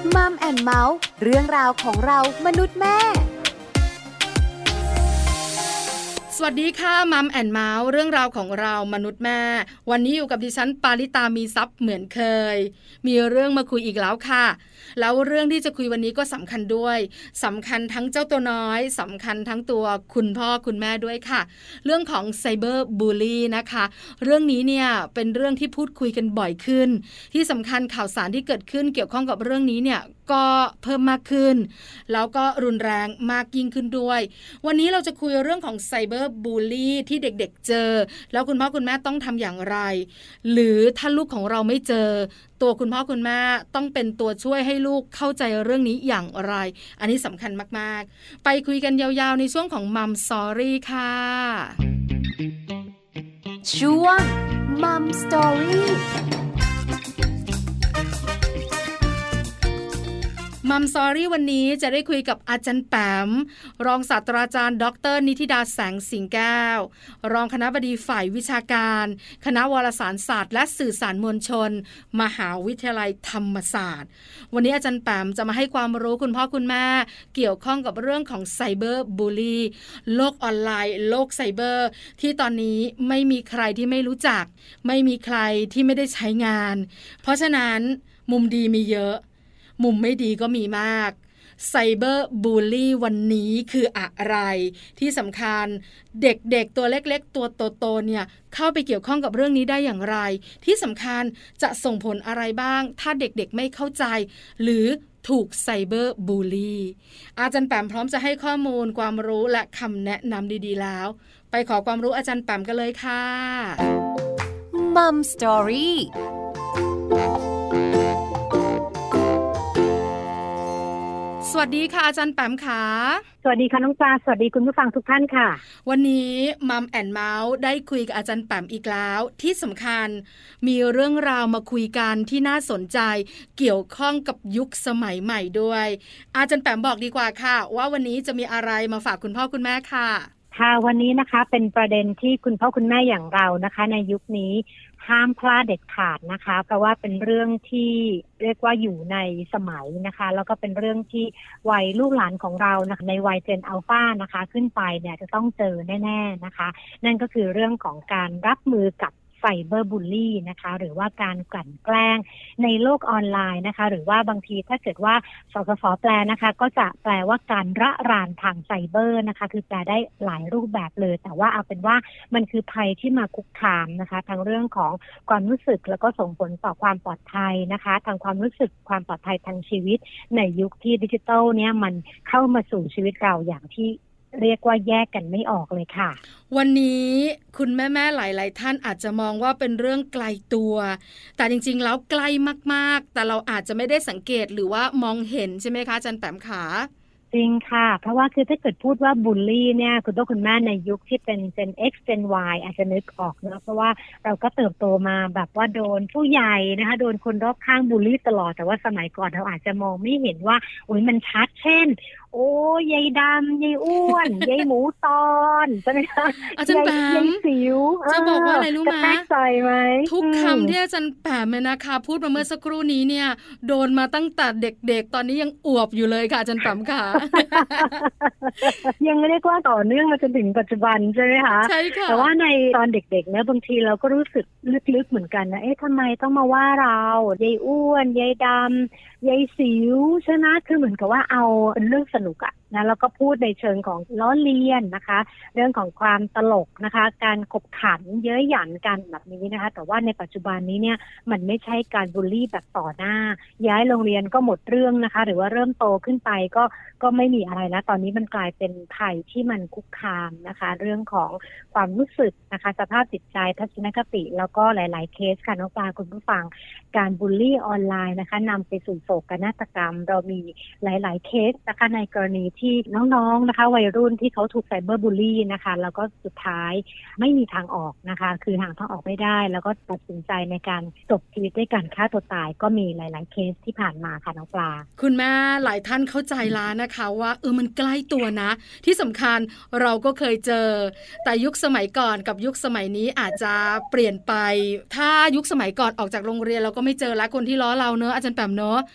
มัมแอนด์เมาส์เรื่องราวของเรามนุษย์แม่สวัสดีค่ะมัมแอนเมาส์เรื่องราวของเรามนุษย์แม่วันนี้อยู่กับดิฉันปาริตามีซัพ์เหมือนเคยมีเรื่องมาคุยอีกแล้วค่ะแล้วเรื่องที่จะคุยวันนี้ก็สำคัญด้วยสำคัญทั้งเจ้าตัวน้อยสำคัญทั้งตัวคุณพ่อคุณแม่ด้วยค่ะเรื่องของไซเบอร์บูลลี่นะคะเรื่องนี้เนี่ยเป็นเรื่องที่พูดคุยกันบ่อยขึ้นที่สำคัญข่าวสารที่เกิดขึ้นเกี่ยวข้องกับเรื่องนี้เนี่ยก็เพิ่มมากขึ้นแล้วก็รุนแรงมากยิ่งขึ้นด้วยวันนี้เราจะคุยเรื่องของไซเบอร์บูลลี่ที่เด็กๆเจอแล้วคุณพ่อคุณแม่ต้องทำอย่างไรหรือถ้าลูกของเราไม่เจอตัวคุณพ่อคุณแม่ต้องเป็นตัวช่วยให้ลูกเข้าใจเรื่องนี้อย่างไรอันนี้สำคัญมากๆไปคุยกันยาวๆในช่วงของมัมสอรี่ค่ะช่วงมัมสตอรี่มัมซอรี่วันนี้จะได้คุยกับอาจารย์แปมรองศาสตราจารย์ดร.นิธิดาแสงสิงแก้วรองคณบดีฝ่ายวิชาการคณะวารสารศาสตร์และสื่อสารมวลชนมหาวิทยาลัยธรรมศาสตร์วันนี้อาจารย์แปมจะมาให้ความรู้คุณพ่อคุณแม่เกี่ยวข้องกับเรื่องของไซเบอร์บูลลี่โลกออนไลน์โลกไซเบอร์ที่ตอนนี้ไม่มีใครที่ไม่รู้จักไม่มีใครที่ไม่ได้ใช้งานเพราะฉะนั้นมุมดีมีเยอะมุมไม่ดีก็มีมากไซเบอร์บูลลี่วันนี้คืออะไรที่สำคัญเด็กๆตัวเล็กๆตัวโตๆเนี่ยเข้าไปเกี่ยวข้องกับเรื่องนี้ได้อย่างไรที่สำคัญจะส่งผลอะไรบ้างถ้าเด็กๆไม่เข้าใจหรือถูกไซเบอร์บูลลี่อาจารย์แปมพร้อมจะให้ข้อมูลความรู้และคำแนะนำดีๆแล้วไปขอความรู้อาจารย์แปมกันเลยค่ะมัมสตอรี่สวัสดีค่ะอาจารย์แปมค่ะสวัสดีค่ะน้องปลาสวัสดีคุณผู้ฟังทุกท่านค่ะวันนี้มัมแอนเมาส์ได้คุยกับอาจารย์แปมอีกแล้วที่สำคัญมีเรื่องราวมาคุยกันที่น่าสนใจเกี่ยวข้องกับยุคสมัยใหม่ด้วยอาจารย์แปมบอกดีกว่าค่ะว่าวันนี้จะมีอะไรมาฝากคุณพ่อคุณแม่ค่ะค่ะวันนี้นะคะเป็นประเด็นที่คุณพ่อคุณแม่อย่างเรานะคะในยุคนี้ห้ามพลาดเด็ดขาดนะคะเพราะว่าเป็นเรื่องที่เรียกว่าอยู่ในสมัยนะคะแล้วก็เป็นเรื่องที่วัยลูกหลานของเรานะคะในวัยเจนอัลฟานะคะขึ้นไปเนี่ยจะต้องเจอแน่ๆนะคะนั่นก็คือเรื่องของการรับมือกับไซเบอร์บูลลี่นะคะหรือว่าการกลั่นแกล้งในโลกออนไลน์นะคะหรือว่าบางทีถ้าเกิดว่าสสสแปลนะคะก็จะแปลว่าการระรานทางไซเบอร์นะคะคือแปลได้หลายรูปแบบเลยแต่ว่าเอาเป็นว่ามันคือภัยที่มาคุกคามนะคะทั้งเรื่องของความรู้สึกแล้วก็ส่งผลต่อความปลอดภัยนะคะทางความรู้สึกความปลอดภัยทางชีวิตในยุคที่ดิจิทัลเนี่ยมันเข้ามาสู่ชีวิตเราอย่างที่เรียกว่าแยกกันไม่ออกเลยค่ะวันนี้คุณแม่ๆหลายๆท่านอาจจะมองว่าเป็นเรื่องไกลตัวแต่จริงๆแล้วใกล้มากๆแต่เราอาจจะไม่ได้สังเกตหรือว่ามองเห็นใช่ไหมคะอาจารย์แปมขาจริงค่ะเพราะว่าคือถ้าเกิดพูดว่าบูลลี่เนี่ยคุณพ่อคุณแม่ในยุคที่เป็น Gen X Gen Y อาจจะนึกออกเนอะเพราะว่าเราก็เติบโตมาแบบว่าโดนผู้ใหญ่นะคะโดนคนรอบข้างบูลลี่ตลอดแต่ว่าสมัยก่อนเราอาจจะมองไม่เห็นว่าโอ้ยมันชัดเช่นโอ้ยายดำยายอ้วนยายหมูตอนใช่ไหมคะอาจารย์แปมยายสิวจะบอกว่าอะไรรู้ไหมกระแทกใจไหมทุกคำที่อาจารย์แปมเนี่ยนะคะพูดมาเมื่อสักครู่นี้เนี่ยโดนมาตั้งแต่เด็กๆตอนนี้ยังอวบอยู่เลยค่ะอาจารย์แปมค่ะยังเรียกว่าต่อเนื่องมาจนถึงปัจจุบันใช่ไหมคะใช่ค่ะแต่ว่าในตอนเด็กๆเนี่ยบางทีเราก็รู้สึกลึกๆเหมือนกันนะทำไมต้องมาว่าเรายายอ้วนยายดำยายสิวใช่ไหมคือเหมือนกับว่าเอาเป็นเรื่องสนุกอะนะแล้วก็พูดในเชิงของล้อเลียนนะคะเรื่องของความตลกนะคะการขบขันเย้ยหยันกันแบบนี้นะคะแต่ว่าในปัจจุบันนี้เนี่ยมันไม่ใช่การบูลลี่แบบต่อหน้าย้ายโรงเรียนก็หมดเรื่องนะคะหรือว่าเริ่มโตขึ้นไปก็ไม่มีอะไรแล้วตอนนี้มันกลายเป็นภัยที่มันคุกคามนะคะเรื่องของความรู้สึกนะคะสภาพจิตใจทัศนคติแล้วก็หลายๆเคสค่ะน้องปลาคุณผู้ฟังการบูลลี่ออนไลน์นะคะนำไปสู่โศกนาฏกรรมเรามีหลายๆเคสนะคะในกรณีที่น้องๆนะคะวัยรุ่นที่เขาถูกไซเบอร์บูลลี่นะคะแล้วก็สุดท้ายไม่มีทางออกนะคะคือหาทางออกไม่ได้แล้วก็ตัดสินใจในการจบชีวิตด้วยการฆ่าตัวตายก็มีหลายๆเคสที่ผ่านมาค่ะน้องปลาคุณแม่หลายท่านเข้าใจแล้วนะคะว่ามันใกล้ตัวนะที่สำคัญเราก็เคยเจอแต่ยุคสมัยก่อนกับยุคสมัยนี้อาจจะเปลี่ยนไปถ้ายุคสมัยก่อนออกจากโรงเรียนเราก็ไม่เจอแล้วคนที่ล้อเราเนอะอาจารย์แปมเนอะ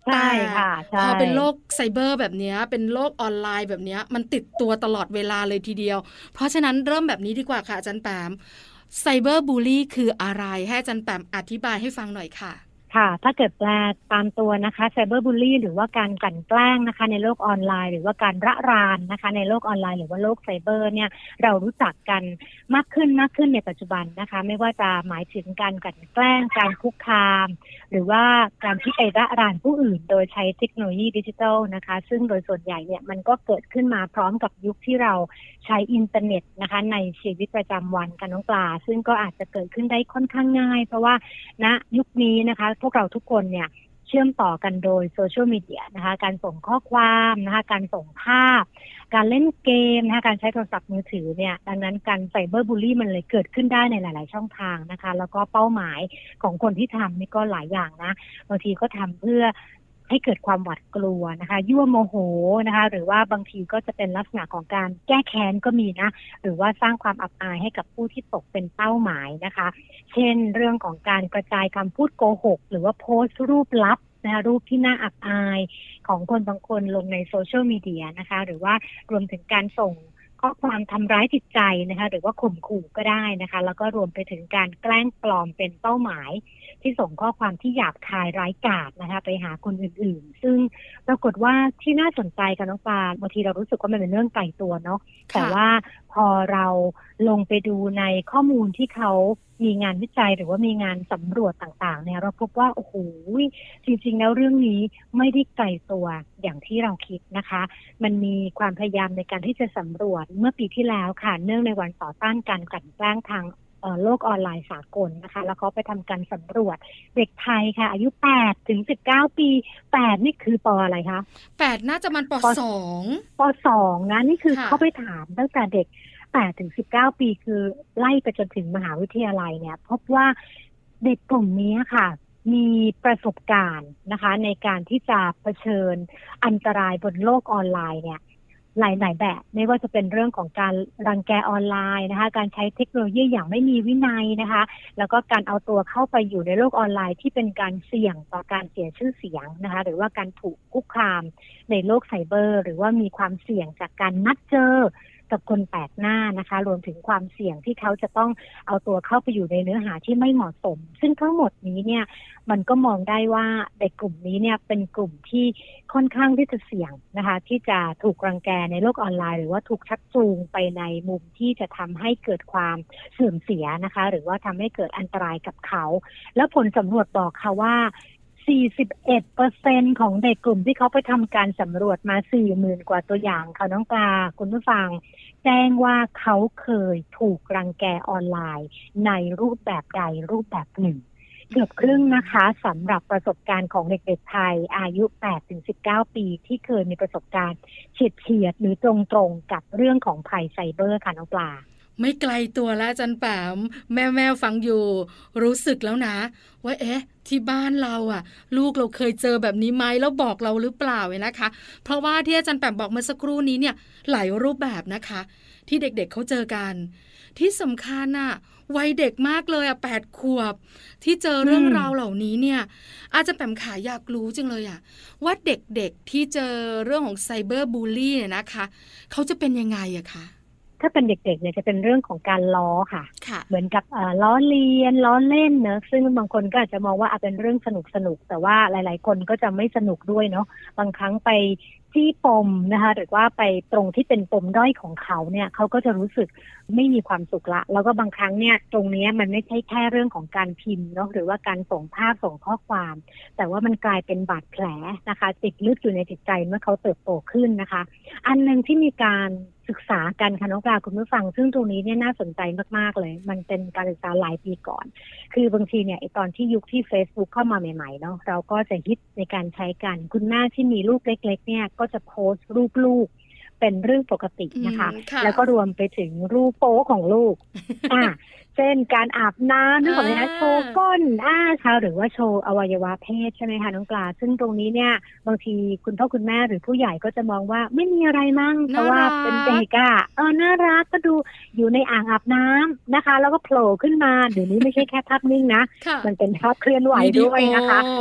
ใช่ค่ะใช่พอเป็นโลกไซเบอร์แบบนี้เป็นโลกออนไลน์แบบนี้มันติดตัวตลอดเวลาเลยทีเดียวเพราะฉะนั้นเริ่มแบบนี้ดีกว่าค่ะอาจารย์แปมไซเบอร์บูลลี่คืออะไรให้อาจารย์แปมอธิบายให้ฟังหน่อยค่ะค่ะถ้าเกิดแปลตามตัวนะคะไซเบอร์บูลลี่หรือว่าการกลั่นแกล้งนะคะในโลกออนไลน์หรือว่าการระรานนะคะในโลกออนไลน์หรือว่าโลกไซเบอร์เนี่ยเรารู้จักกันมากขึ้นในปัจจุบันนะคะไม่ว่าจะหมายถึงการกลั่นแกล้งการคุกคามหรือว่าการที่ไประรานผู้อื่นโดยใช้เทคโนโลยีดิจิทัลนะคะซึ่งโดยส่วนใหญ่เนี่ยมันก็เกิดขึ้นมาพร้อมกับยุคที่เราใช้อินเทอร์เน็ตนะคะในชีวิตประจำวันกันน้องปลาซึ่งก็อาจจะเกิดขึ้นได้ค่อนข้างง่ายเพราะว่าณยุคนี้นะคะพวกเราทุกคนเนี่ยเชื่อมต่อกันโดยโซเชียลมีเดียนะคะการส่งข้อความนะคะการส่งภาพการเล่นเกมนะคะการใช้โทรศัพท์มือถือเนี่ยดังนั้นการไซเบอร์บูลลี่มันเลยเกิดขึ้นได้ในหลายๆช่องทางนะคะแล้วก็เป้าหมายของคนที่ทำนี่ก็หลายอย่างนะบางทีก็ทำเพื่อให้เกิดความหวาดกลัวนะคะยั่วโมโหนะคะหรือว่าบางทีก็จะเป็นลักษณะของการแก้แค้นก็มีนะหรือว่าสร้างความอับอายให้กับผู้ที่ตกเป็นเป้าหมายนะคะเช่นเรื่องของการกระจายคำพูดโกหกหรือว่าโพสต์รูปลับนะคะรูปที่น่าอับอายของคนบางคนลงในโซเชียลมีเดียนะคะหรือว่ารวมถึงการส่งข้อความทำร้ายจิตใจนะคะหรือว่าข่มขู่ก็ได้นะคะแล้วก็รวมไปถึงการแกล้งปลอมเป็นเป้าหมายที่ส่งข้อความที่หยาบคายร้ายกาจนะคะไปหาคนอื่นๆซึ่งปรากฏว่าที่น่าสนใจกับน้องปลาบางทีเรารู้สึกว่ามันเป็นเรื่องไกลตัวเนาะแต่ว่าพอเราลงไปดูในข้อมูลที่เขามีงานวิจัยหรือว่ามีงานสำรวจต่างๆเนี่ยเราพบว่าโอ้โหจริงๆแล้วเรื่องนี้ไม่ได้ไกลตัวอย่างที่เราคิดนะคะมันมีความพยายามในการที่จะสำรวจเมื่อปีที่แล้วค่ะเนื่องในวันต่อต้านการกลั่นแกล้งทางโลกออนไลน์สากลนะคะแล้วเขาไปทำการสำรวจเด็กไทยค่ะอายุ8 ถึง 19 ปี8นี่คือป.อะไรคะ 8น่าจะมันป.2 ป.2 นะนี่คือเขาไปถามตั้งแต่เด็ก8 ถึง 19 ปีคือไล่ไปจนถึงมหาวิทยาลัยเนี่ยพบว่าเด็กกลุ่มนี้ค่ะมีประสบการณ์นะคะในการที่จะเผชิญอันตรายบนโลกออนไลน์เนี่ยหลายๆแบบไม่ว่าจะเป็นเรื่องของการรังแกออนไลน์นะคะการใช้เทคโนโลยีอย่างไม่มีวินัยนะคะแล้วก็การเอาตัวเข้าไปอยู่ในโลกออนไลน์ที่เป็นการเสี่ยงต่อการเสียชื่อเสียงนะคะหรือว่าการถูกคุกคามในโลกไซเบอร์หรือว่ามีความเสี่ยงจากการนัดเจอกับคนแปลกหน้านะคะรวมถึงความเสี่ยงที่เขาจะต้องเอาตัวเข้าไปอยู่ในเนื้อหาที่ไม่เหมาะสมซึ่งทั้งหมดนี้เนี่ยมันก็มองได้ว่าเด็กกลุ่มนี้เนี่ยเป็นกลุ่มที่ค่อนข้างที่จะเสี่ยงนะคะที่จะถูกรังแกในโลกออนไลน์หรือว่าถูกชักจูงไปในมุมที่จะทำให้เกิดความเสื่อมเสียนะคะหรือว่าทำให้เกิดอันตรายกับเขาแล้วผลสำรวจบอกค่ะว่า41% ของเด็กกลุ่มที่เขาไปทำการสำรวจมา 40,000 กว่าตัวอย่างค่ะน้องปลาคุณผู้ฟังแจ้งว่าเขาเคยถูกรังแกออนไลน์ในรูปแบบใดรูปแบบหนึ่งเกือบครึ่งนะคะสำหรับประสบการณ์ของเด็กๆไทยอายุ 8-19 ปีที่เคยมีประสบการณ์เฉียดหรือตรงๆกับเรื่องของภัยไซเบอร์ค่ะน้องปลาไม่ไกลตัวแล้วจันแปมแม่ฟังอยู่รู้สึกแล้วนะว่าที่บ้านเราลูกเราเคยเจอแบบนี้ไหมแล้วบอกเราหรือเปล่านะคะเพราะว่าที่อาจารย์แปมบอกเมื่อสักครู่นี้เนี่ยหลายรูปแบบนะคะที่เด็กๆเขาเจอกันที่สำคัญวัยเด็กมากเลย8 ขวบที่เจอเรื่องราวเหล่านี้เนี่ยอาจารย์แปมขาอยากรู้จังเลยว่าเด็กๆที่เจอเรื่องของไซเบอร์บูลลี่เนี่ยนะคะเขาจะเป็นยังไงคะถ้าเป็นเด็กๆเนี่ยจะเป็นเรื่องของการล้อค่ะเหมือนกับล้อเลียนล้อเล่นเนอะซึ่งบางคนก็อาจจะมองว่าเป็นเรื่องสนุกแต่ว่าหลายๆคนก็จะไม่สนุกด้วยเนาะบางครั้งไปที่ปมนะคะหรือว่าไปตรงที่เป็นปมด้อยของเขาเนี่ยเขาก็จะรู้สึกไม่มีความสุขละแล้วก็บางครั้งเนี่ยตรงนี้มันไม่ใช่แค่เรื่องของการพิมพ์เนาะหรือว่าการส่งภาพส่งข้อความแต่ว่ามันกลายเป็นบาดแผลนะคะติดลึกอยู่ในจิตใจเมื่อเขาเติบโตขึ้นนะคะอันนึงที่มีการศึกษากันค่ะน้องปลาคุณผู้ฟังซึ่งตรงนี้เนี่ยน่าสนใจมากๆเลยมันเป็นการศึกษาหลายปีก่อนคือบางทีเนี่ยตอนที่ยุคที่ Facebook เข้ามาใหม่ๆเนาะเราก็จะฮิตในการใช้กันคุณแม่ที่มีลูกเล็กๆเนี่ยก็จะโพสต์รูปลูกเป็นเรื่องปกตินะคะแล้วก็รวมไปถึงรูปโป๊ของลูกเช่นการอาบน้ำนึกออกไหมคะโชว์ก้นหรือว่าโชว์อวัยวะเพศใช่ไหมคะน้องปลาซึ่งตรงนี้เนี่ยบางทีคุณพ่อคุณแม่หรือผู้ใหญ่ก็จะมองว่าไม่มีอะไรมั่งเพราะว่าเป็นเด็กน่ารักก็ดูอยู่ในอ่างอาบน้ำนะคะแล้วก็โผล่ขึ้นมาเดี๋ยวนี้ไม่ใช่แค่ภาพนิ่งนะมันเป็นภาพเคลื่อนไหวด้วยนะคะ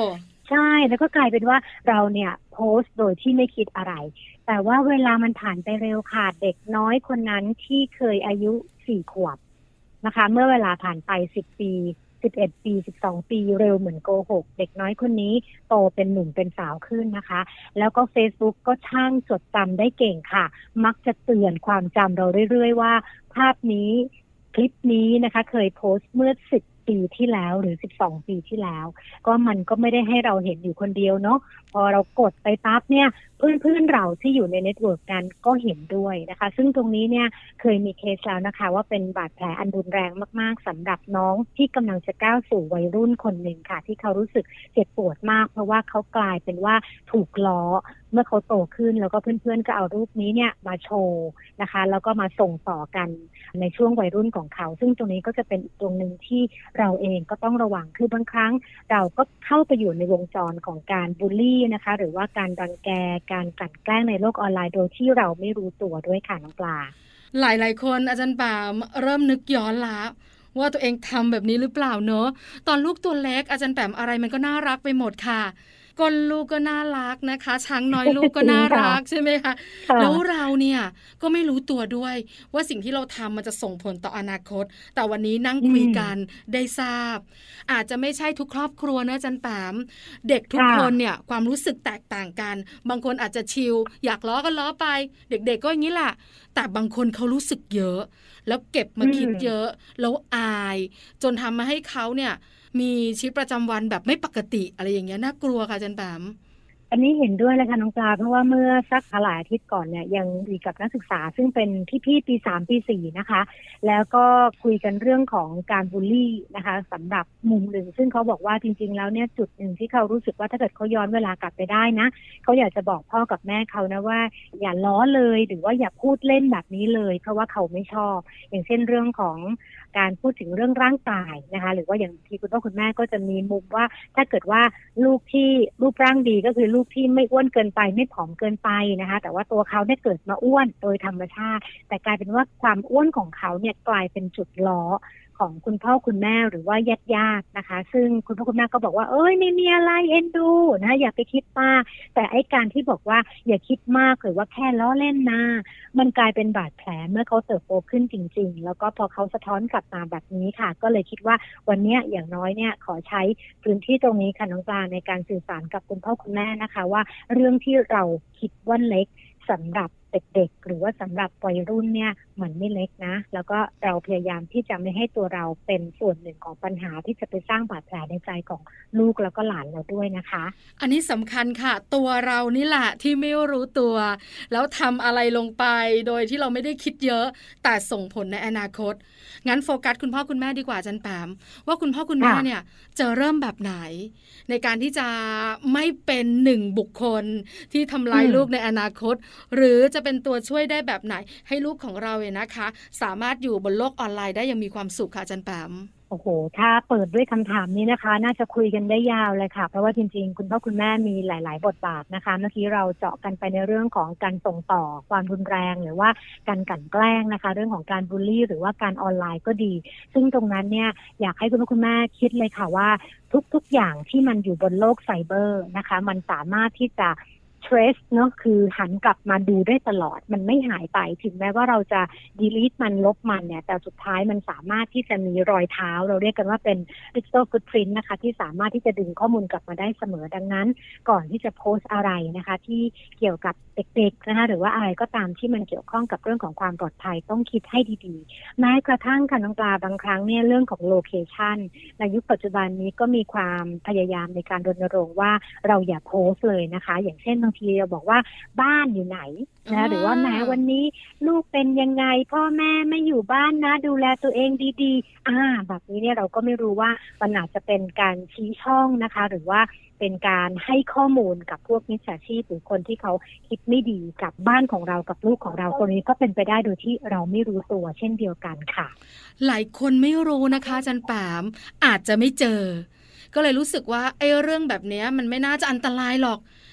ใช่แล้วก็กลายเป็นว่าเราเนี่ยโพสต์โดยที่ไม่คิดอะไรแต่ว่าเวลามันผ่านไปเร็วค่ะเด็กน้อยคนนั้นที่เคยอายุ4 ขวบนะคะเมื่อเวลาผ่านไป10 ปี11 ปี12 ปีเร็วเหมือนโกหกเด็กน้อยคนนี้โตเป็นหนุ่มเป็นสาวขึ้นนะคะแล้วก็ Facebook ก็ช่างจดจำได้เก่งค่ะมักจะเตือนความจำเราเรื่อยๆว่าภาพนี้คลิปนี้นะคะเคยโพสต์เมื่อ10 ปีที่แล้วหรือ12 ปีที่แล้วก็มันก็ไม่ได้ให้เราเห็นอยู่คนเดียวเนาะพอเรากดไปปั๊บเนี่ยเพื่อนๆเราที่อยู่ในเน็ตเวิร์กกันก็เห็นด้วยนะคะซึ่งตรงนี้เนี่ยเคยมีเคสแล้วนะคะว่าเป็นบาดแผลอันรุนแรงมากๆสำหรับน้องที่กำลังจะก้าวสู่วัยรุ่นคนหนึ่งค่ะที่เขารู้สึกเจ็บปวดมากเพราะว่าเขากลายเป็นว่าถูกล้อเมื่อเขาโตขึ้นแล้วก็เพื่อนๆก็เอารูปนี้เนี่ยมาโชว์นะคะแล้วก็มาส่งต่อกันในช่วงวัยรุ่นของเขาซึ่งตรงนี้ก็จะเป็นอีกตรงนึงที่เราเองก็ต้องระวังคือบางครั้งเราก็เข้าไปอยู่ในวงจรของการบูลลี่นะคะหรือว่าการรังแกการกลั่นแกล้งในโลกออนไลน์โดยที่เราไม่รู้ตัวด้วยค่ะน้องปลาหลายๆคนอาจารย์ปามเริ่มนึกย้อนละว่าตัวเองทำแบบนี้หรือเปล่าเนอะตอนลูกตัวเล็กอาจารย์แปมอะไรมันก็น่ารักไปหมดค่ะก้นลูกก็น่ารักนะคะช้างน้อยลูกก็น่ารักใช่ไหมคะแล้วเราเนี่ยก็ไม่รู้ตัวด้วยว่าสิ่งที่เราทำมันจะส่งผลต่ออนาคตแต่วันนี้นั่งคุยกันได้ทราบอาจจะไม่ใช่ทุกครอบครัวนะอาจารย์แปมเด็กทุกคนเนี่ยความรู้สึกแตกต่างกันบางคนอาจจะชิลอยากล้อก็ล้อไปเด็กๆก็อย่างนี้แหละแต่บางคนเขารู้สึกเยอะแล้วเก็บมาคิดเยอะแล้วอายจนทำมาให้เขาเนี่ยมีชีวิตประจำวันแบบไม่ปกติอะไรอย่างเงี้ยน่ากลัวค่ะอาจารย์แปมอันนี้เห็นด้วยเลยค่ะน้องปลาเพราะว่าเมื่อสักหลายอาทิตย์ก่อนเนี่ยยังคุยกับนักศึกษาซึ่งเป็นพี่ปี3ปี4นะคะแล้วก็คุยกันเรื่องของการบูลลี่นะคะสำหรับมุมหนึ่งซึ่งเขาบอกว่าจริงๆแล้วเนี่ยจุดหนึ่งที่เขารู้สึกว่าถ้าเกิดเขาย้อนเวลากลับไปได้นะเขาอยากจะบอกพ่อกับแม่เขานะว่าอย่าล้อเลยหรือว่าอย่าพูดเล่นแบบนี้เลยเพราะว่าเขาไม่ชอบอย่างเช่นเรื่องของการพูดถึงเรื่องร่างกายนะคะหรือว่าอย่างที่คุณพ่อคุณแม่ก็จะมีมุมว่าถ้าเกิดว่าลูกที่รูปร่างดีก็คือลูกที่ไม่อ้วนเกินไปไม่ผอมเกินไปนะคะแต่ว่าตัวเขาเนี่ยเกิดมาอ้วนโดยธรรมชาติแต่กลายเป็นว่าความอ้วนของเขาเนี่ยกลายเป็นจุดล้อของคุณพ่อคุณแม่หรือว่าญาติๆนะคะซึ่งคุณพ่อคุณแม่ก็บอกว่าเอ้ยไม่มีอะไรเอ็นดูนะอย่าไปคิดมากแต่ไอ้การที่บอกว่าอย่าคิดมากหรือว่าแค่ล้อเล่นนะมันกลายเป็นบาดแผลเมื่อเขาเติบโตขึ้นจริงๆแล้วก็พอเขาสะท้อนกลับมาแบบนี้ค่ะก็เลยคิดว่าวันนี้อย่างน้อยเนี่ยขอใช้พื้นที่ตรงนี้ค่ะน้องปลาในการสื่อสารกับคุณพ่อคุณแม่นะคะว่าเรื่องที่เราคิดว่าเล็กสำหรับเด็กๆหรือว่าสำหรับวัยรุ่นเนี่ยมันไม่เล็กนะแล้วก็เราพยายามที่จะไม่ให้ตัวเราเป็นส่วนหนึ่งของปัญหาที่จะไปสร้างบาดแผลในใจของลูกแล้วก็หลานเราด้วยนะคะอันนี้สำคัญค่ะตัวเรานี่แหละที่ไม่รู้ตัวแล้วทำอะไรลงไปโดยที่เราไม่ได้คิดเยอะแต่ส่งผลในอนาคตงั้นโฟกัสคุณพ่อคุณแม่ดีกว่าจันแปมว่าคุณพ่อคุณแม่เนี่ยจะเริ่มแบบไหนในการที่จะไม่เป็นหนึ่งบุคคลที่ทำลายลูกในอนาคตหรือจะเป็นตัวช่วยได้แบบไหนให้ลูกของเราเนี่ยนะคะสามารถอยู่บนโลกออนไลน์ได้อย่างมีความสุขค่ะจันแปมโอ้โหถ้าเปิดด้วยคำถามนี้นะคะน่าจะคุยกันได้ยาวเลยค่ะเพราะว่าจริงๆคุณพ่อคุณแม่มีหลายๆบทบาทนะคะเมื่อกี้เราเจาะกันไปในเรื่องของการส่งต่อความรุนแรงหรือว่าการกลั่นแกล้งนะคะเรื่องของการบูลลี่หรือว่าการออนไลน์ก็ดีซึ่งตรงนั้นเนี่ยอยากให้คุณพ่อคุณแม่คิดเลยค่ะว่าทุกๆอย่างที่มันอยู่บนโลกไซเบอร์นะคะมันสามารถที่จะtrace เนอะคือหันกลับมาดูได้ตลอดมันไม่หายไปถึงแม้ว่าเราจะ delete มันลบมันเนี่ยแต่สุดท้ายมันสามารถที่จะมีรอยเท้าเราเรียกกันว่าเป็น digital footprint นะคะที่สามารถที่จะดึงข้อมูลกลับมาได้เสมอดังนั้นก่อนที่จะโพสต์อะไรนะคะที่เกี่ยวกับเด็กๆนะคะหรือว่าอะไรก็ตามที่มันเกี่ยวข้องกับเรื่องของความปลอดภัยต้องคิดให้ดีๆแม้กระทั่งค่ะน้องปลาบางครั้งเนี่ยเรื่องของโลเคชันในยุคปัจจุบันนี้ก็มีความพยายามในการรณรงค์ว่าเราอย่าโพสต์เลยนะคะอย่างเช่นบางทีเราบอกว่าบ้านอยู่ไหนนะหรือว่าแม้วันนี้ลูกเป็นยังไงพ่อแม่ไม่อยู่บ้านนะดูแลตัวเองดีๆแบบนี้เนี่ยเราก็ไม่รู้ว่ามันอาจจะเป็นการชี้ช่องนะคะหรือว่าเป็นการให้ข้อมูลกับพวกมิจฉาชีพหรือคนที่เขาคิดไม่ดีกับบ้านของเรากับลูกของเราคนนี้ก็เป็นไปได้โดยที่เราไม่รู้ตัวเช่นเดียวกันค่ะหลายคนไม่รู้นะคะจันแปมอาจจะไม่เจอก็เลยรู้สึกว่าไอ้เรื่องแบบนี้มันไม่น่าจะอันตรายหรอก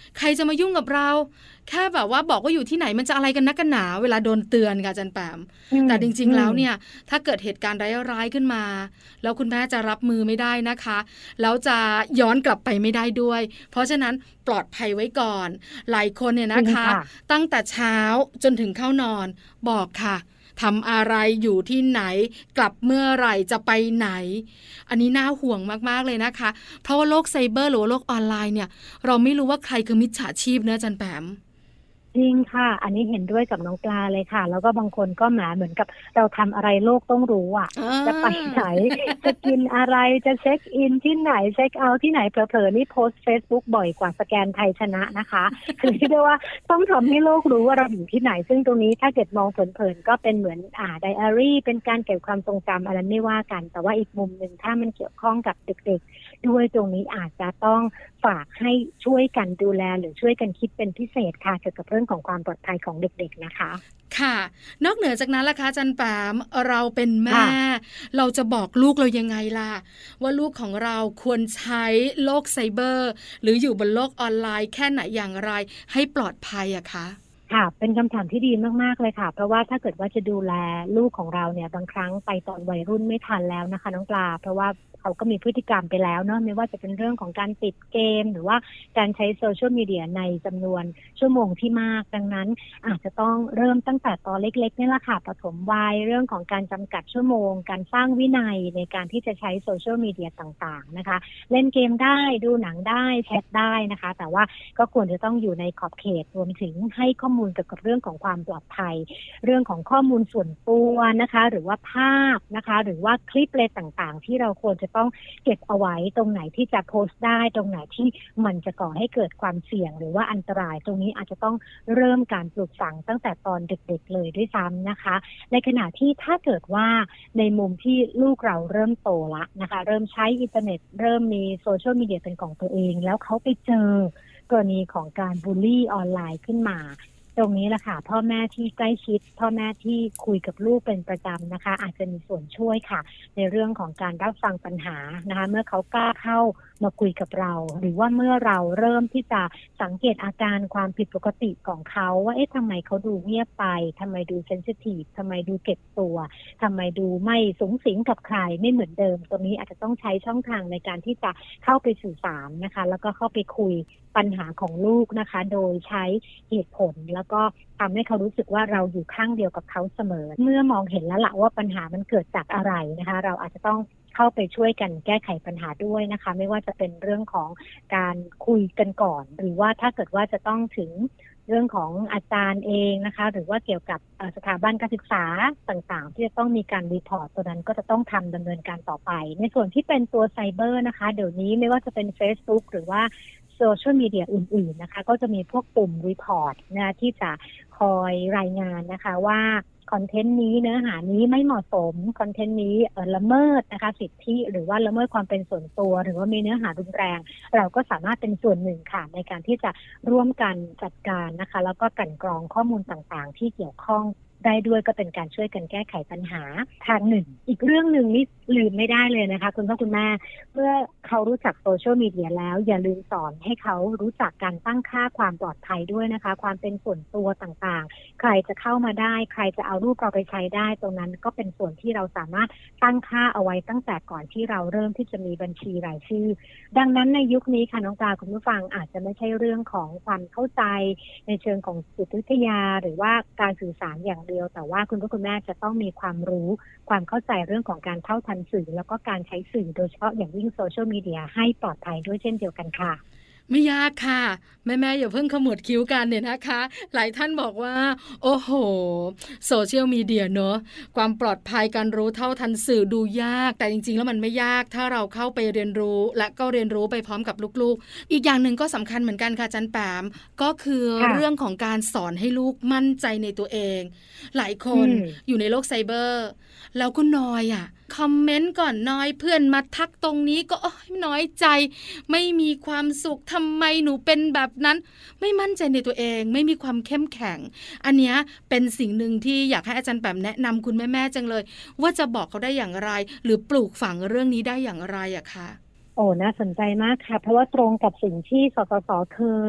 ใครจะมายุ่งกับเราแค่แบบว่าบอกว่าอยู่ที่ไหนมันจะอะไรกันนักกันหนาเวลาโดนเตือนค่ะอาจารย์แปมแต่จริงๆแล้วเนี่ยถ้าเกิดเหตุการณ์ร้ายๆขึ้นมาแล้วคุณแม่จะรับมือไม่ได้นะคะแล้วจะย้อนกลับไปไม่ได้ด้วยเพราะฉะนั้นปลอดภัยไว้ก่อนหลายคนเนี่ยนะคะตั้งแต่เช้าจนถึงเข้านอนบอกค่ะทำอะไรอยู่ที่ไหนกลับเมื่อไหร่จะไปไหนอันนี้น่าห่วงมากๆเลยนะคะเพราะว่าโลกไซเบอร์หรือว่าโลกออนไลน์เนี่ยเราไม่รู้ว่าใครคือมิจฉาชีพนะอาจารย์แปมจริงค่ะอันนี้เห็นด้วยกับน้องปลาเลยค่ะแล้วก็บางคนก็เหมือนกับเราทำอะไรโลกต้องรู้อ่ะจะไปไหนจะกินอะไรจะเช็คอินที่ไหนเช็คเอาท์ที่ไหนเผลอๆนี่โพสต์ Facebook บ่อยกว่าสแกนไทยชนะนะคะคือที่เรียกว่าต้องทำให้โลกรู้ว่าเราอยู่ที่ไหนซึ่งตรงนี้ถ้าเกิดมองเผินๆก็เป็นเหมือนไดอารี่เป็นการเก็บความทรงจำอะไรไม่ว่ากันแต่ว่าอีกมุมนึงถ้ามันเกี่ยวข้องกับเด็กๆด้วยตรงนี้อาจจะต้องฝากให้ช่วยกันดูแลหรือช่วยกันคิดเป็นพิเศษค่ะเกี่ยวกับเรื่องของความปลอดภัยของเด็กๆนะคะค่ะนอกเหนือจากนั้นล่ะคะอาจารย์แปมเราเป็นแม่เราจะบอกลูกเรายังไงล่ะว่าลูกของเราควรใช้โลกไซเบอร์หรืออยู่บนโลกออนไลน์แค่ไหนอย่างไรให้ปลอดภัยอะคะค่ะเป็นคำถามที่ดีมากๆเลยค่ะเพราะว่าถ้าเกิดว่าจะดูแลลูกของเราเนี่ยบางครั้งไปตอนวัยรุ่นไม่ทันแล้วนะคะน้องปลาเพราะว่าเขาก็มีพฤติกรรมไปแล้วเนาะไม่ว่าจะเป็นเรื่องของการติดเกมหรือว่าการใช้โซเชียลมีเดียในจำนวนชั่วโมงที่มากดังนั้นอาจจะต้องเริ่มตั้งแต่ตอนเล็กๆนี่แหละค่ะปฐมวัยเรื่องของการจำกัดชั่วโมงการสร้างวินัยในการที่จะใช้โซเชียลมีเดียต่างๆนะคะเล่นเกมได้ดูหนังได้แชทได้นะคะแต่ว่าก็ควรจะต้องอยู่ในขอบเขตรวมถึงให้ข้อมูลเกี่ยวกับเรื่องของความปลอดภัยเรื่องของข้อมูลส่วนตัวนะคะหรือว่าภาพนะคะหรือว่าคลิปอะไรต่างๆที่เราควรจะต้องเก็บเอาไว้ตรงไหนที่จะโพสต์ได้ตรงไหนที่มันจะก่อให้เกิดความเสี่ยงหรือว่าอันตรายตรงนี้อาจจะต้องเริ่มการปลูกฝังตั้งแต่ตอนเด็กๆเลยด้วยซ้ำนะคะในขณะที่ถ้าเกิดว่าในมุมที่ลูกเราเริ่มโตละนะคะเริ่มใช้อินเทอร์เน็ตเริ่มมีโซเชียลมีเดียเป็นของตัวเองแล้วเขาไปเจอกรณีของการบูลลี่ออนไลน์ขึ้นมาตรงนี้แหละค่ะพ่อแม่ที่ใกล้ชิดพ่อแม่ที่คุยกับลูกเป็นประจำนะคะอาจจะมีส่วนช่วยค่ะในเรื่องของการรับฟังปัญหานะคะเมื่อเขากล้าเข้ามาคุยกับเราหรือว่าเมื่อเราเริ่มที่จะสังเกตอาการความผิดปกติของเขาว่าทำไมเขาดูเงียบไปทำไมดูเซนซิทีฟทำไมดูเก็บตัวทำไมดูไม่สุงสิงกับใครไม่เหมือนเดิมตรงนี้อาจจะต้องใช้ช่องทางในการที่จะเข้าไปสื่อสารนะคะแล้วก็เข้าไปคุยปัญหาของลูกนะคะโดยใช้เหตุผลแล้วก็ทำให้เขารู้สึกว่าเราอยู่ข้างเดียวกับเขาเสมอเมื่อมองเห็นแล้วล่ะว่าปัญหามันเกิดจากอะไรนะคะเราอาจจะต้องเข้าไปช่วยกันแก้ไขปัญหาด้วยนะคะไม่ว่าจะเป็นเรื่องของการคุยกันก่อนหรือว่าถ้าเกิดว่าจะต้องถึงเรื่องของอาจารย์เองนะคะหรือว่าเกี่ยวกับสถาบันการศึกษาต่างๆที่จะต้องมีการรีพอร์ตตัวนั้นก็จะต้องดำเนินการต่อไปในส่วนที่เป็นตัวไซเบอร์นะคะเดี๋ยวนี้ไม่ว่าจะเป็น Facebook หรือว่าโซเชียลมีเดียอื่นๆนะคะก็จะมีพวกปุ่มรีพอร์ตนะที่จะคอยรายงานนะคะว่าคอนเทนต์นี้เนื้อหานี้ไม่เหมาะสมคอนเทนต์นี้ละเมิดนะคะสิทธิหรือว่าละเมิดความเป็นส่วนตัวหรือว่ามีเนื้อหารุนแรงเราก็สามารถเป็นส่วนหนึ่งค่ะในการที่จะร่วมกันจัดการนะคะแล้วก็กลั่นกรองข้อมูลต่างๆที่เกี่ยวข้องได้ด้วยก็เป็นการช่วยกันแก้ไขปัญหาทางหนึ่งอีกเรื่องหนึ่งนี่ลืมไม่ได้เลยนะคะคุณพ่อคุณแม่เมื่อเขารู้จักโซเชียลมีเดียแล้วอย่าลืมสอนให้เขารู้จักการตั้งค่าความปลอดภัยด้วยนะคะความเป็นส่วนตัวต่างๆใครจะเข้ามาได้ใครจะเอารูปเราไปใช้ได้ตรงนั้นก็เป็นส่วนที่เราสามารถตั้งค่าเอาไว้ตั้งแต่ก่อนที่เราเริ่มที่จะมีบัญชีรายชื่อดังนั้นในยุคนี้ค่ะน้องปลาคุณผู้ฟังอาจจะไม่ใช่เรื่องของความเข้าใจในเชิงของจิตวิทยาหรือว่าการสื่อสารอย่างเดียวแต่ว่าคุณพ่อคุณแม่จะต้องมีความรู้ความเข้าใจเรื่องของการเท่าทันสื่อแล้วก็การใช้สื่อโดยเฉพาะอย่างยิ่งโซเชียลมีเดียให้ปลอดภัยด้วยเช่นเดียวกันค่ะไม่ยากค่ะแม่ๆอย่าเพิ่งขมวดคิ้วกันเนี่ยนะคะหลายท่านบอกว่าโอ้โหโซเชียลมีเดียเนอะความปลอดภัยการรู้เท่าทันสื่อดูยากแต่จริงๆแล้วมันไม่ยากถ้าเราเข้าไปเรียนรู้และก็เรียนรู้ไปพร้อมกับลูกๆอีกอย่างหนึ่งก็สำคัญเหมือนกันค่ะจันแปมก็คือเรื่องของการสอนให้ลูกมั่นใจในตัวเองหลายคนอยู่ในโลกไซเบอร์แล้วก็น้อยคอมเมนต์ก่อนน้อยเพื่อนมาทักตรงนี้ก็น้อยใจไม่มีความสุขทำไมหนูเป็นแบบนั้นไม่มั่นใจในตัวเองไม่มีความเข้มแข็งอันเนี้ยเป็นสิ่งหนึ่งที่อยากให้อาจารย์แปมแนะนำคุณแม่ๆจังเลยว่าจะบอกเขาได้อย่างไรหรือปลูกฝังเรื่องนี้ได้อย่างไรอะคะโอ้น่าสนใจมากค่ะเพราะว่าตรงกับสิ่งที่สสสเคย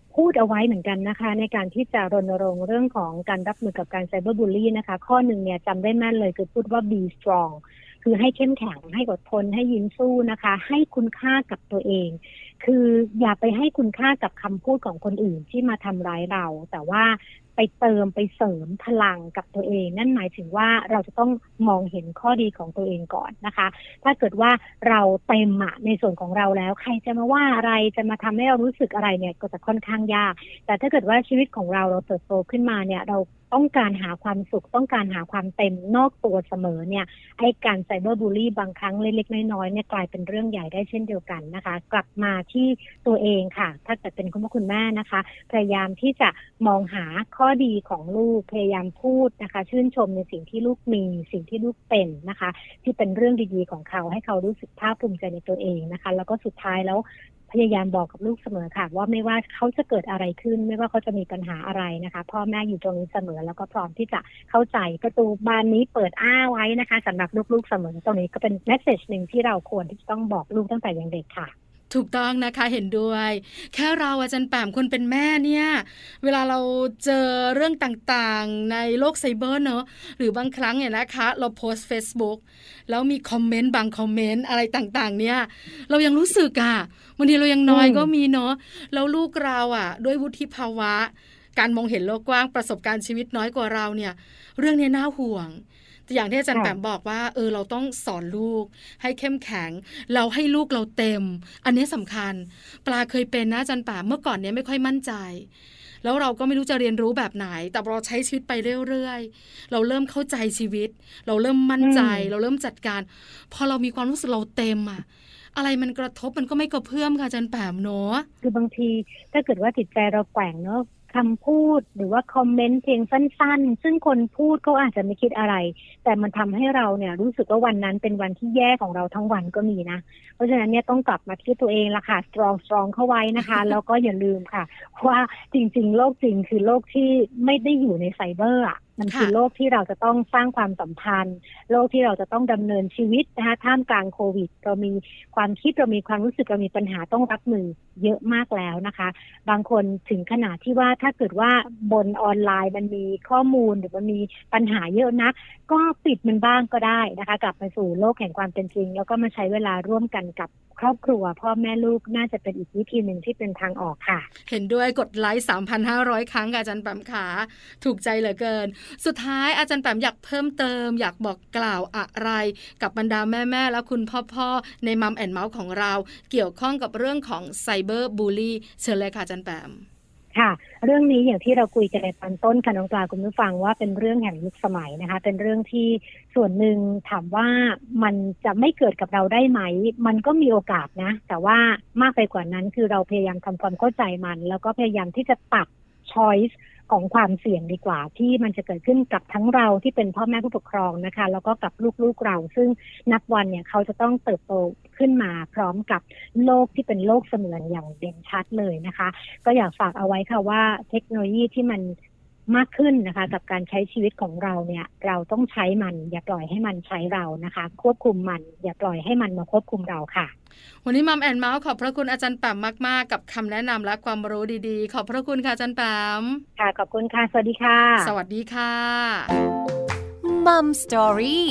พูดเอาไว้เหมือนกันนะคะในการที่จะรณรงค์เรื่องของการรับมือกับการไซเบอร์บูลลี่นะคะข้อหนึ่งเนี่ยจำได้แม่นเลยคือพูดว่า be strong คือให้เข้มแข็งให้อดทนให้ยิ้มสู้นะคะให้คุณค่ากับตัวเองคืออย่าไปให้คุณค่ากับคำพูดของคนอื่นที่มาทำร้ายเราแต่ว่าไปเติมไปเสริมพลังกับตัวเองนั่นหมายถึงว่าเราจะต้องมองเห็นข้อดีของตัวเองก่อนนะคะถ้าเกิดว่าเราเต็มในส่วนของเราแล้วใครจะมาว่าอะไรจะมาทำให้เรารู้สึกอะไรเนี่ยก็จะค่อนข้างยากแต่ถ้าเกิดว่าชีวิตของเราเติบโตขึ้นมาเนี่ยเราต้องการหาความสุขต้องการหาความเต็มนอกตัวเสมอเนี่ยไอ้การไซเบอร์บูลลี่บางครั้งเล็กๆน้อยๆเนี่ยกลายเป็นเรื่องใหญ่ได้เช่นเดียวกันนะคะกลับมาที่ตัวเองค่ะถ้าเกิดเป็นคุณพ่อคุณแม่นะคะพยายามที่จะมองหาข้อดีของลูกพยายามพูดนะคะชื่นชมในสิ่งที่ลูกมีสิ่งที่ลูกเป็นนะคะที่เป็นเรื่องดีๆของเขาให้เขารู้สึกภาคภูมิใจในตัวเองนะคะแล้วก็สุดท้ายแล้วพยายามบอกกับลูกเสมอค่ะว่าไม่ว่าเขาจะเกิดอะไรขึ้นไม่ว่าเขาจะมีปัญหาอะไรนะคะพ่อแม่อยู่ตรงนี้เสมอแล้วก็พร้อมที่จะเข้าใจประตูบานนี้เปิดอ้าไว้นะคะสำหรับลูกๆเสมอตรงนี้ก็เป็นเมสเสจนึงที่เราควรที่จะต้องบอกลูกตั้งแต่ยังเด็กค่ะถูกต้องนะคะเห็นด้วยแค่เราอาจารย์แปมคนเป็นแม่เนี่ยเวลาเราเจอเรื่องต่างๆในโลกไซเบอร์เนอะหรือบางครั้งเนี่ยนะคะเราโพสต์ Facebook แล้วมีคอมเมนต์บางคอมเมนต์อะไรต่างๆเนี่ยเรายังรู้สึกบางทีเรายังน้อยก็มีเนอะแล้วลูกเราด้วยวุฒิภาวะการมองเห็นโลกกว้างประสบการณ์ชีวิตน้อยกว่าเราเนี่ยเรื่องนี้น่าห่วงอย่างที่อาจารย์แปมบอกว่าเราต้องสอนลูกให้เข้มแข็งเราให้ลูกเราเต็มอันนี้สำคัญปลาเคยเป็นนะอาจารย์แปมเมื่อก่อนเนี้ยไม่ค่อยมั่นใจแล้วเราก็ไม่รู้จะเรียนรู้แบบไหนแต่เราใช้ชีวิตไปเรื่อยๆเราเริ่มเข้าใจชีวิตเราเริ่มมั่นใจเราเริ่มจัดการพอเรามีความรู้สึกเราเต็มอะไรมันกระทบมันก็ไม่กระเพื่อมค่ะอาจารย์แปมเนาะคือบางทีถ้าเกิดว่าจิตใจเราแกว่งเนาะคำพูดหรือว่าคอมเมนต์เพียงสั้นๆซึ่งคนพูดเขาอาจจะไม่คิดอะไรแต่มันทำให้เราเนี่ยรู้สึกว่าวันนั้นเป็นวันที่แย่ของเราทั้งวันก็มีนะเพราะฉะนั้นเนี่ยต้องกลับมาที่ตัวเองละค่ะ strong เข้าไว้นะคะ แล้วก็อย่าลืมค่ะว่าจริงๆโลกจริงคือโลกที่ไม่ได้อยู่ในไซเบอร์มันคือโลกที่เราจะต้องสร้างความสัมพันธ์โลกที่เราจะต้องดำเนินชีวิตนะคะท่ามกลางโควิดเรามีความคิดเรามีความรู้สึกเรามีปัญหาต้องรับมือเยอะมากแล้วนะคะบางคนถึงขนาดที่ว่าถ้าเกิดว่าบนออนไลน์มันมีข้อมูลหรือมันมีปัญหาเยอะนักก็ปิดมันบ้างก็ได้นะคะกลับมาสู่โลกแห่งความเป็นจริงแล้วก็มาใช้เวลาร่วมกันกับครอบครัวพ่อแม่ลูกน่าจะเป็นอีกวิธีหนึ่งที่เป็นทางออกค่ะเห็นด้วยกดไลค์ 3,500 ครั้งอาจารย์แปมขาถูกใจเหลือเกินสุดท้ายอาจารย์แปมอยากเพิ่มเติมอยากบอกกล่าวอะไรกับบรรดาแม่ๆและคุณพ่อในมัมแอนด์เมาส์ของเราเกี่ยวข้องกับเรื่องของไซเบอร์บูลลี่เชิญเลยค่ะอาจารย์แปมค่ะเรื่องนี้อย่างที่เราคุยกันในตอนต้นค่ะน้องปลาคุณผู้ฟังว่าเป็นเรื่องแห่งยุคสมัยนะคะเป็นเรื่องที่ส่วนหนึ่งถามว่ามันจะไม่เกิดกับเราได้ไหมมันก็มีโอกาสนะแต่ว่ามากไปกว่านั้นคือเราพยายามทำความเข้าใจมันแล้วก็พยายามที่จะตัด choice ของความเสี่ยงดีกว่าที่มันจะเกิดขึ้นกับทั้งเราที่เป็นพ่อแม่ผู้ปกครองนะคะแล้วก็กับลูกๆเราซึ่งนับวันเนี่ยเขาจะต้องเติบโตขึ้นมาพร้อมกับโลกที่เป็นโลกเสมือนอย่างเด่นชัดเลยนะคะก็อยากฝากเอาไว้ค่ะว่าเทคโนโลยีที่มันมากขึ้นนะคะกับการใช้ชีวิตของเราเนี่ยเราต้องใช้มันอย่าปล่อยให้มันใช้เรานะคะควบคุมมันอย่าปล่อยให้มันมาควบคุมเราค่ะวันนี้มัมแอนด์เมาส์ขอบพระคุณอาจารย์แปมมากๆกับคำแนะนำและความรู้ดีๆขอบพระคุณค่ะอาจารย์แปมค่ะขอบคุณค่ะสวัสดีค่ะสวัสดีค่ะมัมสตอรี่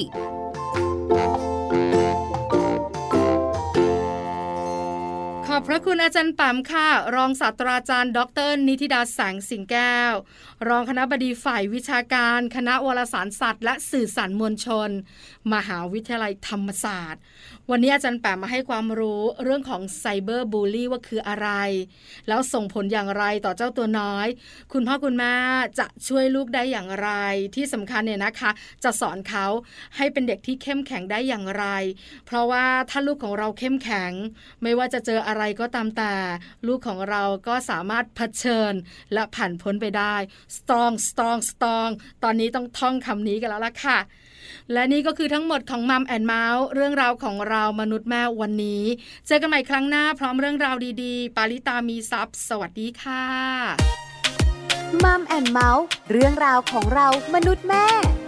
ขอบพระคุณอาจารย์แปมค่ะรองศาสตราจารย์ดร.นิธิดาแสงสิงแก้วรองคณบดีฝ่ายวิชาการคณะวารสารศาสตร์และสื่อสารมวลชนมหาวิทยาลัยธรรมศาสตร์วันนี้อาจารย์แปมมาให้ความรู้เรื่องของไซเบอร์บูลลี่ว่าคืออะไรแล้วส่งผลอย่างไรต่อเจ้าตัวน้อยคุณพ่อคุณแม่จะช่วยลูกได้อย่างไรที่สำคัญเนี่ยนะคะจะสอนเขาให้เป็นเด็กที่เข้มแข็งได้อย่างไรเพราะว่าถ้าลูกของเราเข้มแข็งไม่ว่าจะเจออะไรก็ตามแต่ลูกของเราก็สามารถเผชิญและผ่านพ้นไปได้ strong ตอนนี้ต้องท่องคำนี้กันแล้วล่ะค่ะและนี่ก็คือทั้งหมดของมัมแอนด์เมาส์เรื่องราวของเรามนุษย์แม่วันนี้เจอกันใหม่ครั้งหน้าพร้อมเรื่องราวดีๆปาริตามีทรัพย์สวัสดีค่ะมัมแอนด์เมาส์เรื่องราวของเรามนุษย์แม่